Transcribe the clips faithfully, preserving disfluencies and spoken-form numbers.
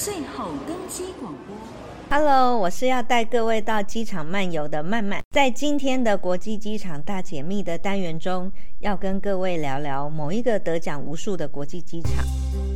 最后更机广播。 Hello， 我是要带各位到机场漫游的曼曼。在今天的国际机场大解密的单元中，要跟各位聊聊某一个得奖无数的国际机场。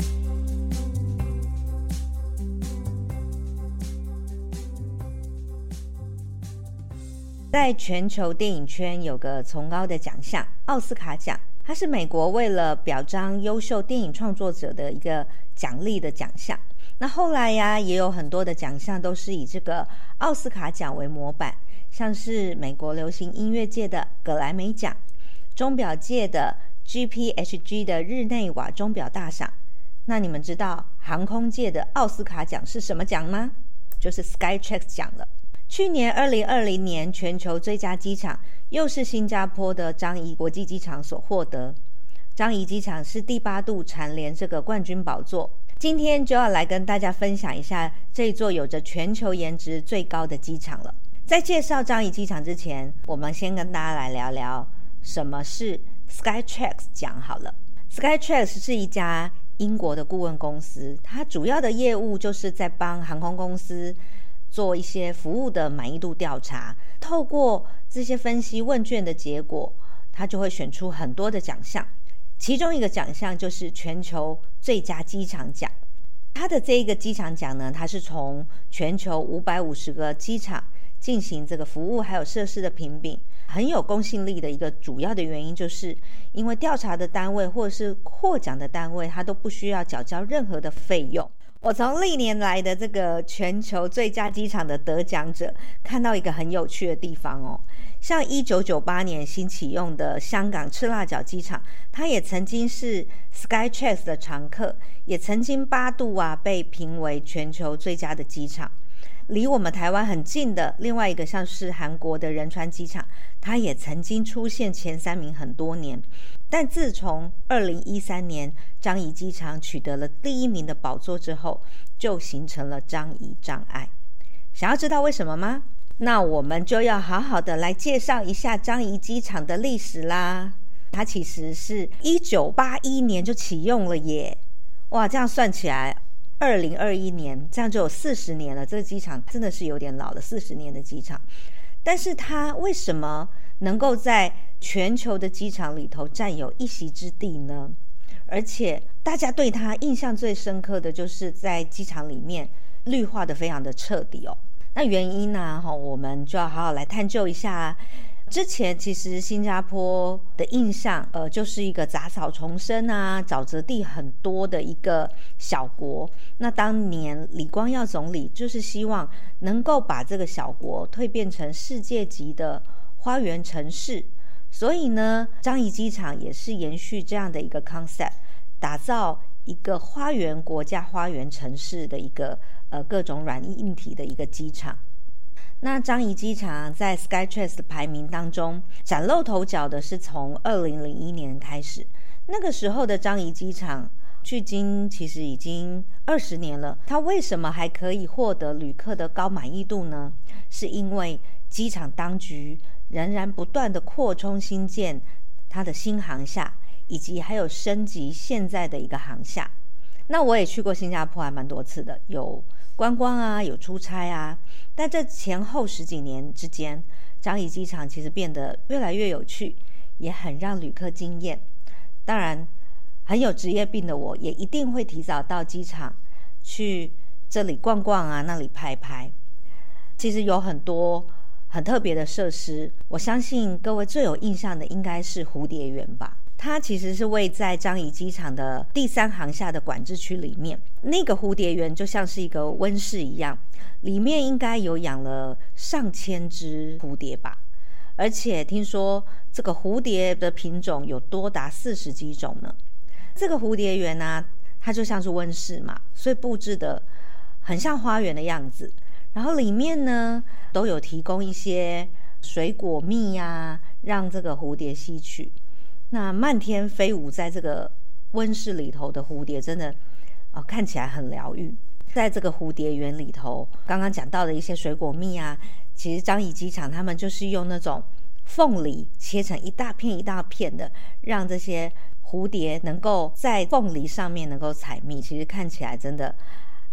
在全球电影圈有个崇高的奖项——奥斯卡奖，它是美国为了表彰优秀电影创作者的一个奖励的奖项。那后来呀，也有很多的奖项都是以这个奥斯卡奖为模板，像是美国流行音乐界的葛莱美奖，钟表界的 G P H G 的日内瓦钟表大赏。那你们知道航空界的奥斯卡奖是什么奖吗？就是 Skytrax 奖了。去年二零二零年全球最佳机场又是新加坡的樟宜国际机场所获得。樟宜机场是第八度蝉联这个冠军宝座。今天就要来跟大家分享一下这座有着全球颜值最高的机场了。在介绍樟宜机场之前，我们先跟大家来聊聊什么是 Skytrax 奖好了。Skytrax 是一家英国的顾问公司，它主要的业务就是在帮航空公司做一些服务的满意度调查，透过这些分析问卷的结果，它就会选出很多的奖项。其中一个奖项就是全球最佳机场奖。它的这一个机场奖呢，它是从全球五百五十个机场进行这个服务还有设施的评比，很有公信力的一个主要的原因，就是因为调查的单位或者是获奖的单位，它都不需要缴交任何的费用。我从历年来的这个全球最佳机场的得奖者看到一个很有趣的地方哦，像一九九八年新启用的香港赤辣角机场，它也曾经是 Skytrax 的常客，也曾经八度啊被评为全球最佳的机场。离我们台湾很近的另外一个像是韩国的仁川机场，它也曾经出现前三名很多年。但自从二零一三年樟宜机场取得了第一名的宝座之后，就形成了樟宜障碍。想要知道为什么吗？那我们就要好好的来介绍一下樟宜机场的历史啦。它其实是一九八一年就启用了耶！哇，这样算起来二零二一年这样就有四十年了，这个机场真的是有点老了，四十年的机场。但是它为什么能够在全球的机场里头占有一席之地呢？而且大家对它印象最深刻的就是在机场里面绿化的非常的彻底哦。那原因呢，我们就要好好来探究一下。之前其实新加坡的印象呃，就是一个杂草丛生啊，沼泽地很多的一个小国。那当年李光耀总理就是希望能够把这个小国蜕变成世界级的花园城市，所以呢，樟宜机场也是延续这样的一个 concept， 打造一个花园国家花园城市的一个呃各种软硬体的一个机场。那樟宜机场在 Skytrax 的排名当中崭露头角的是从二零零一年开始，那个时候的樟宜机场距今其实已经二十年了。它为什么还可以获得旅客的高满意度呢？是因为机场当局仍然不断的扩充新建它的新航厦，以及还有升级现在的一个航厦。那我也去过新加坡还蛮多次的，有观光啊，有出差啊。但这前后十几年之间，樟宜机场其实变得越来越有趣，也很让旅客惊艳。当然，很有职业病的我也一定会提早到机场去这里逛逛啊，那里拍拍。其实有很多很特别的设施，我相信各位最有印象的应该是蝴蝶园吧。它其实是位在樟宜机场的第三航厦的管制区里面。那个蝴蝶园就像是一个温室一样，里面应该有养了上千只蝴蝶吧。而且听说这个蝴蝶的品种有多达四十几种呢。这个蝴蝶园啊，它就像是温室嘛，所以布置的很像花园的样子。然后里面呢都有提供一些水果蜜呀、啊，让这个蝴蝶吸取。那漫天飞舞在这个温室里头的蝴蝶真的、呃、看起来很疗愈。在这个蝴蝶园里头，刚刚讲到的一些水果蜜啊，其实樟宜机场他们就是用那种凤梨切成一大片一大片的，让这些蝴蝶能够在凤梨上面能够采蜜，其实看起来真的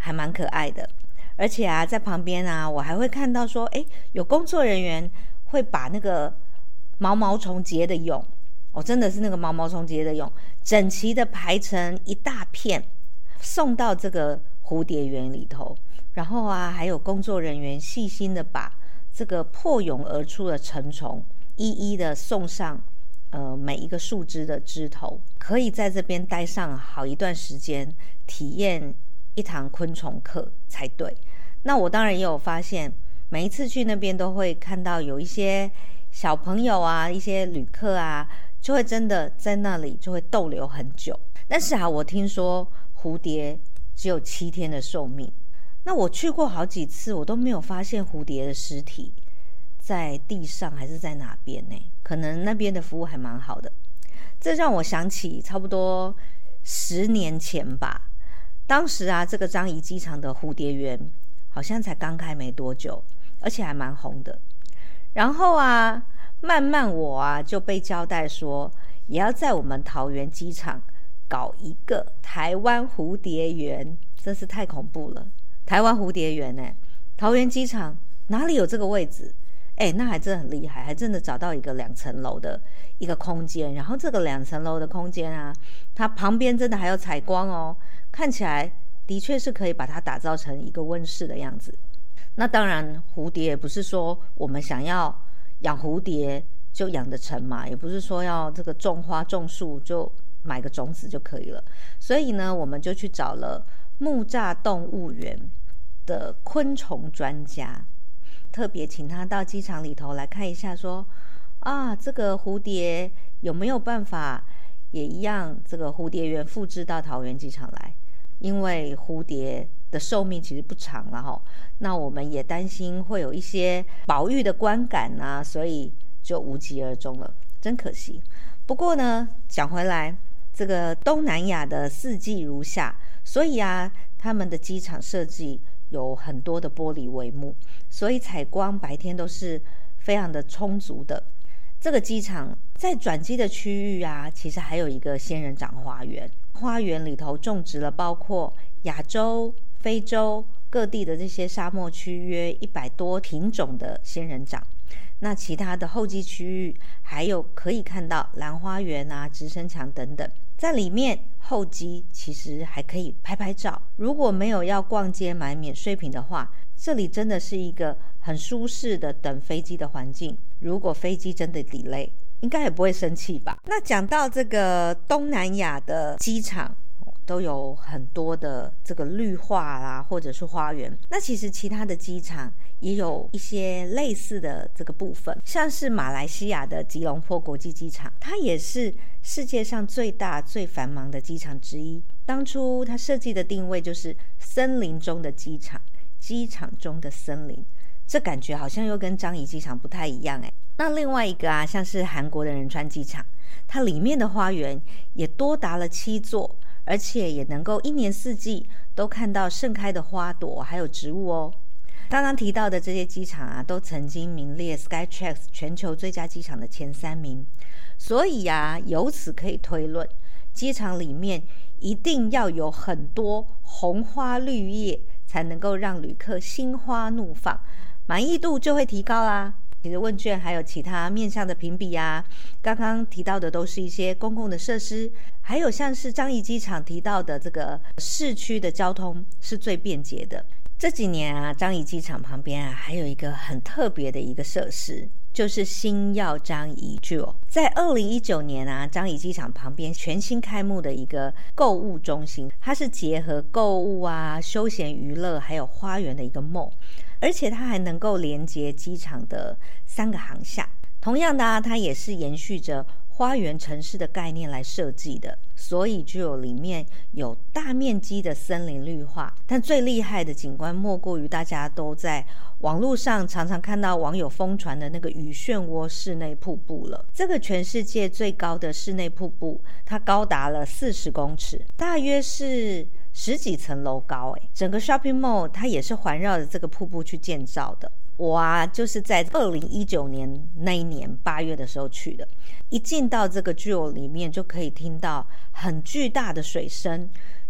还蛮可爱的。而且啊，在旁边啊，我还会看到说，哎，有工作人员会把那个毛毛虫结的蛹，哦，真的是那个毛毛虫结的蛹，整齐的排成一大片，送到这个蝴蝶园里头。然后啊，还有工作人员细心的把这个破蛹而出的成虫一一的送上呃每一个树枝的枝头，可以在这边待上好一段时间，体验一堂昆虫课才对。那我当然也有发现，每一次去那边都会看到有一些小朋友啊，一些旅客啊，就会真的在那里就会逗留很久。但是啊，我听说蝴蝶只有七天的寿命。那我去过好几次，我都没有发现蝴蝶的尸体在地上还是在哪边呢？可能那边的服务还蛮好的。这让我想起差不多十年前吧，当时啊，这个樟宜机场的蝴蝶园好像才刚开没多久，而且还蛮红的。然后啊，慢慢我啊就被交代说，也要在我们桃园机场搞一个台湾蝴蝶园，真是太恐怖了。台湾蝴蝶园哎，桃园机场哪里有这个位置？哎，那还真的很厉害，还真的找到一个两层楼的一个空间。然后这个两层楼的空间啊，它旁边真的还有采光哦，看起来的确是可以把它打造成一个温室的样子。那当然，蝴蝶也不是说我们想要养蝴蝶就养得成嘛，也不是说要这个种花种树就买个种子就可以了。所以呢，我们就去找了木栅动物园的昆虫专家，特别请他到机场里头来看一下说，啊，这个蝴蝶有没有办法也一样，这个蝴蝶园复制到桃园机场来。因为蝴蝶的寿命其实不长了哈，那我们也担心会有一些保育的观感啊，所以就无疾而终了，真可惜。不过呢，讲回来，这个东南亚的四季如夏，所以啊，他们的机场设计有很多的玻璃帷幕，所以采光白天都是非常的充足的。这个机场在转机的区域啊，其实还有一个仙人掌花园，花园里头种植了包括亚洲、非洲各地的这些沙漠区约一百多品种的仙人掌。那其他的候机区域还有可以看到兰花园啊、直升墙等等，在里面候机其实还可以拍拍照。如果没有要逛街买免税品的话，这里真的是一个很舒适的等飞机的环境。如果飞机真的 delay， 应该也不会生气吧。那讲到这个东南亚的机场，都有很多的这个绿化啦，或者是花园。那其实其他的机场也有一些类似的这个部分，像是马来西亚的吉隆坡国际机场，它也是世界上最大最繁忙的机场之一。当初它设计的定位就是森林中的机场，机场中的森林，这感觉好像又跟樟宜机场不太一样哎。那另外一个啊，像是韩国的仁川机场，它里面的花园也多达了七座，而且也能够一年四季都看到盛开的花朵还有植物哦。刚刚提到的这些机场啊，都曾经名列 Skytrax 全球最佳机场的前三名，所以啊，由此可以推论，机场里面一定要有很多红花绿叶，才能够让旅客心花怒放，满意度就会提高啦。其实问卷还有其他面向的评比啊，刚刚提到的都是一些公共的设施，还有像是樟宜机场提到的这个市区的交通是最便捷的。这几年啊，樟宜机场旁边啊还有一个很特别的一个设施，就是星耀樟宜 Jewel。 在二零一九年啊，樟宜机场旁边全新开幕的一个购物中心，它是结合购物啊、休闲娱乐还有花园的一个 mall， 而且它还能够连接机场的三个航厦。同样的啊，它也是延续着花园城市的概念来设计的，所以就有里面有大面积的森林绿化。但最厉害的景观莫过于大家都在网络上常常看到网友疯传的那个雨漩涡室内瀑布了。这个全世界最高的室内瀑布，它高达了四十公尺，大约是十几层楼高。诶，整个 shopping mall 它也是环绕着这个瀑布去建造的。我啊，就是在二零一九年那一年八月的时候去的。一进到这个 Jewel 里面，就可以听到很巨大的水声，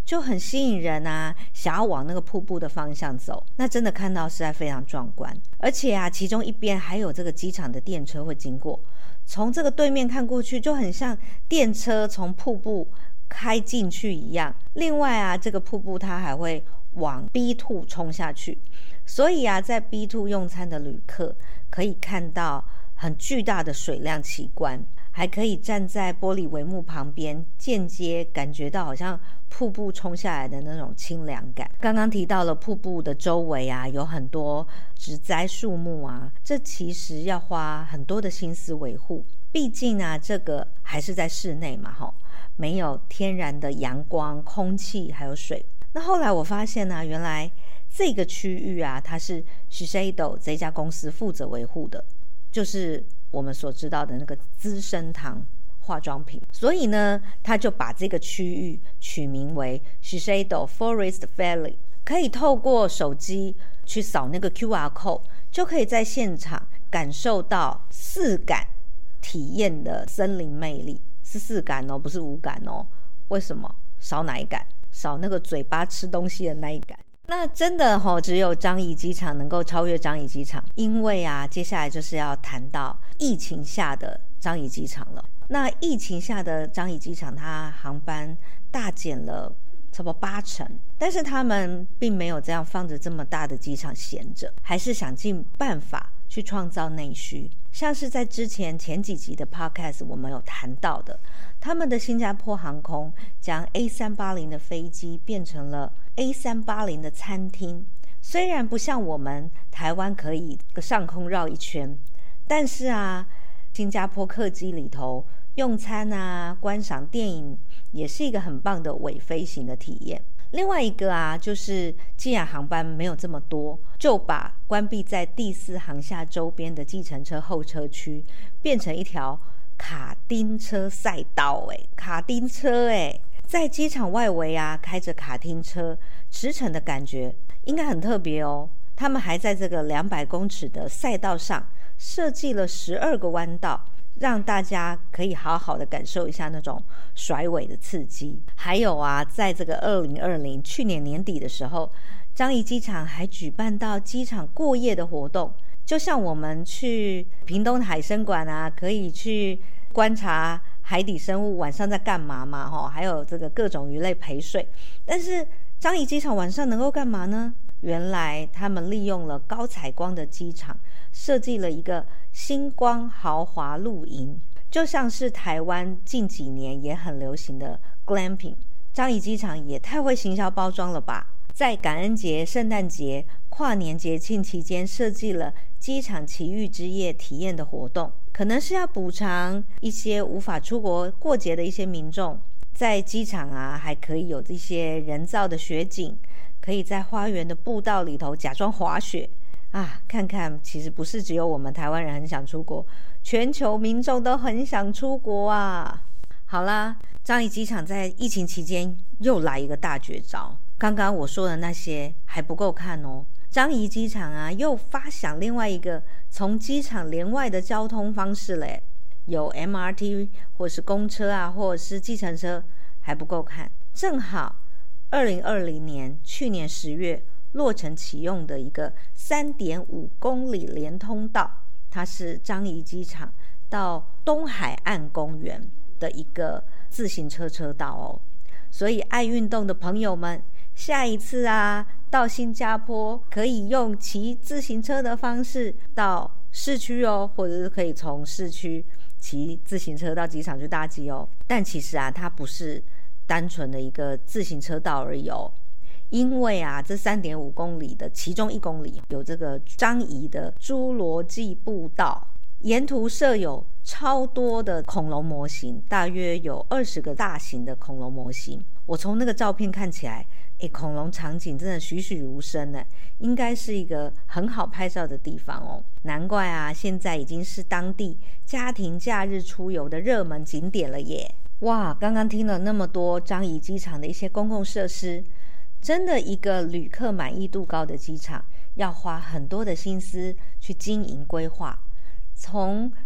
就很吸引人啊，想要往那个瀑布的方向走。那真的看到实在非常壮观，而且啊，其中一边还有这个机场的电车会经过，从这个对面看过去，就很像电车从瀑布开进去一样。另外啊，这个瀑布它还会往 B 二 冲下去，所以啊，在 B 二 用餐的旅客可以看到很巨大的水量奇观，还可以站在玻璃帷幕旁边，间接感觉到好像瀑布冲下来的那种清凉感。刚刚提到了瀑布的周围啊，有很多植栽树木啊，这其实要花很多的心思维护，毕竟啊，这个还是在室内嘛，吼，没有天然的阳光、空气还有水。那后来我发现呢、啊，原来这个区域啊，它是 Shiseido 这家公司负责维护的，就是我们所知道的那个资生堂化妆品。所以呢，他就把这个区域取名为 Shiseido Forest Valley， 可以透过手机去扫那个 Q R code， 就可以在现场感受到四感体验的森林魅力。是四感哦，不是五感哦。为什么？少哪一感？少那个嘴巴吃东西的那一感。那真的吼、哦，只有樟宜机场能够超越樟宜机场，因为啊，接下来就是要谈到疫情下的樟宜机场了。那疫情下的樟宜机场，它航班大减了差不多八成，但是他们并没有这样放着这么大的机场闲着，还是想尽办法去创造内需。像是在之前前几集的 podcast 我们有谈到的，他们的新加坡航空将 A 三八零 的飞机变成了 A 三八零 的餐厅。虽然不像我们台湾可以上空绕一圈，但是啊，新加坡客机里头用餐啊、观赏电影也是一个很棒的伪飞行的体验。另外一个啊，就是既然航班没有这么多，就把关闭在第四航厦周边的计程车候车区变成一条卡丁车赛道。哎，卡丁车哎，在机场外围啊，开着卡丁车驰骋的感觉应该很特别哦。他们还在这个两百公尺的赛道上设计了十二个弯道，让大家可以好好的感受一下那种甩尾的刺激。还有啊，在这个二零二零去年年底的时候，樟宜机场还举办到机场过夜的活动，就像我们去屏东海参馆啊，可以去观察海底生物晚上在干嘛嘛，吼，还有这个各种鱼类陪睡。但是樟宜机场晚上能够干嘛呢？原来他们利用了高采光的机场，设计了一个星光豪华露营，就像是台湾近几年也很流行的 glamping。 樟宜机场也太会行销包装了吧，在感恩节、圣诞节、跨年节庆期间设计了机场奇遇之夜体验的活动，可能是要补偿一些无法出国过节的一些民众。在机场啊，还可以有这些人造的雪景，可以在花园的步道里头假装滑雪啊，看看其实不是只有我们台湾人很想出国，全球民众都很想出国啊。好啦，樟宜机场在疫情期间又来一个大绝招，刚刚我说的那些还不够看哦。樟宜机场啊，又发想另外一个从机场连外的交通方式嘞，有 M R T 或是公车啊，或者是计程车，还不够看。正好二零二零年去年十月落成启用的一个 三点五公里连通道，它是樟宜机场到东海岸公园的一个自行车车道哦。所以爱运动的朋友们，下一次啊到新加坡可以用骑自行车的方式到市区哦，或者是可以从市区骑自行车到机场去搭机哦。但其实啊，它不是单纯的一个自行车道而已哦，因为啊，这 三点五公里的其中一公里有这个樟宜的侏罗纪步道，沿途设有超多的恐龙模型，大约有二十个大型的恐龙模型。我从那个照片看起来，诶，恐龙场景真的栩栩如生呢，应该是一个很好拍照的地方哦。难怪啊，现在已经是当地家庭假日出游的热门景点了耶。哇，刚刚听了那么多樟宜机场的一些公共设施，真的一个旅客满意度高的机场，要花很多的心思去经营规划。从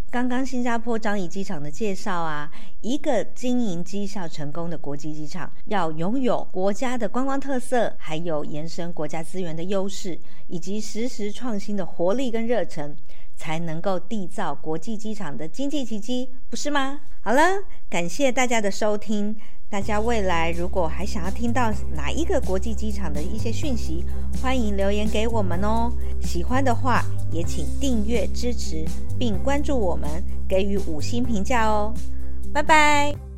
刚刚新加坡樟宜机场的介绍啊，一个经营绩效成功的国际机场，要拥有国家的观光特色，还有延伸国家资源的优势，以及实时创新的活力跟热忱，才能够缔造国际机场的经济奇迹，不是吗？好了，感谢大家的收听。大家未来如果还想要听到哪一个国际机场的一些讯息，欢迎留言给我们哦。喜欢的话，也请订阅支持，并关注我们，给予五星评价哦。拜拜。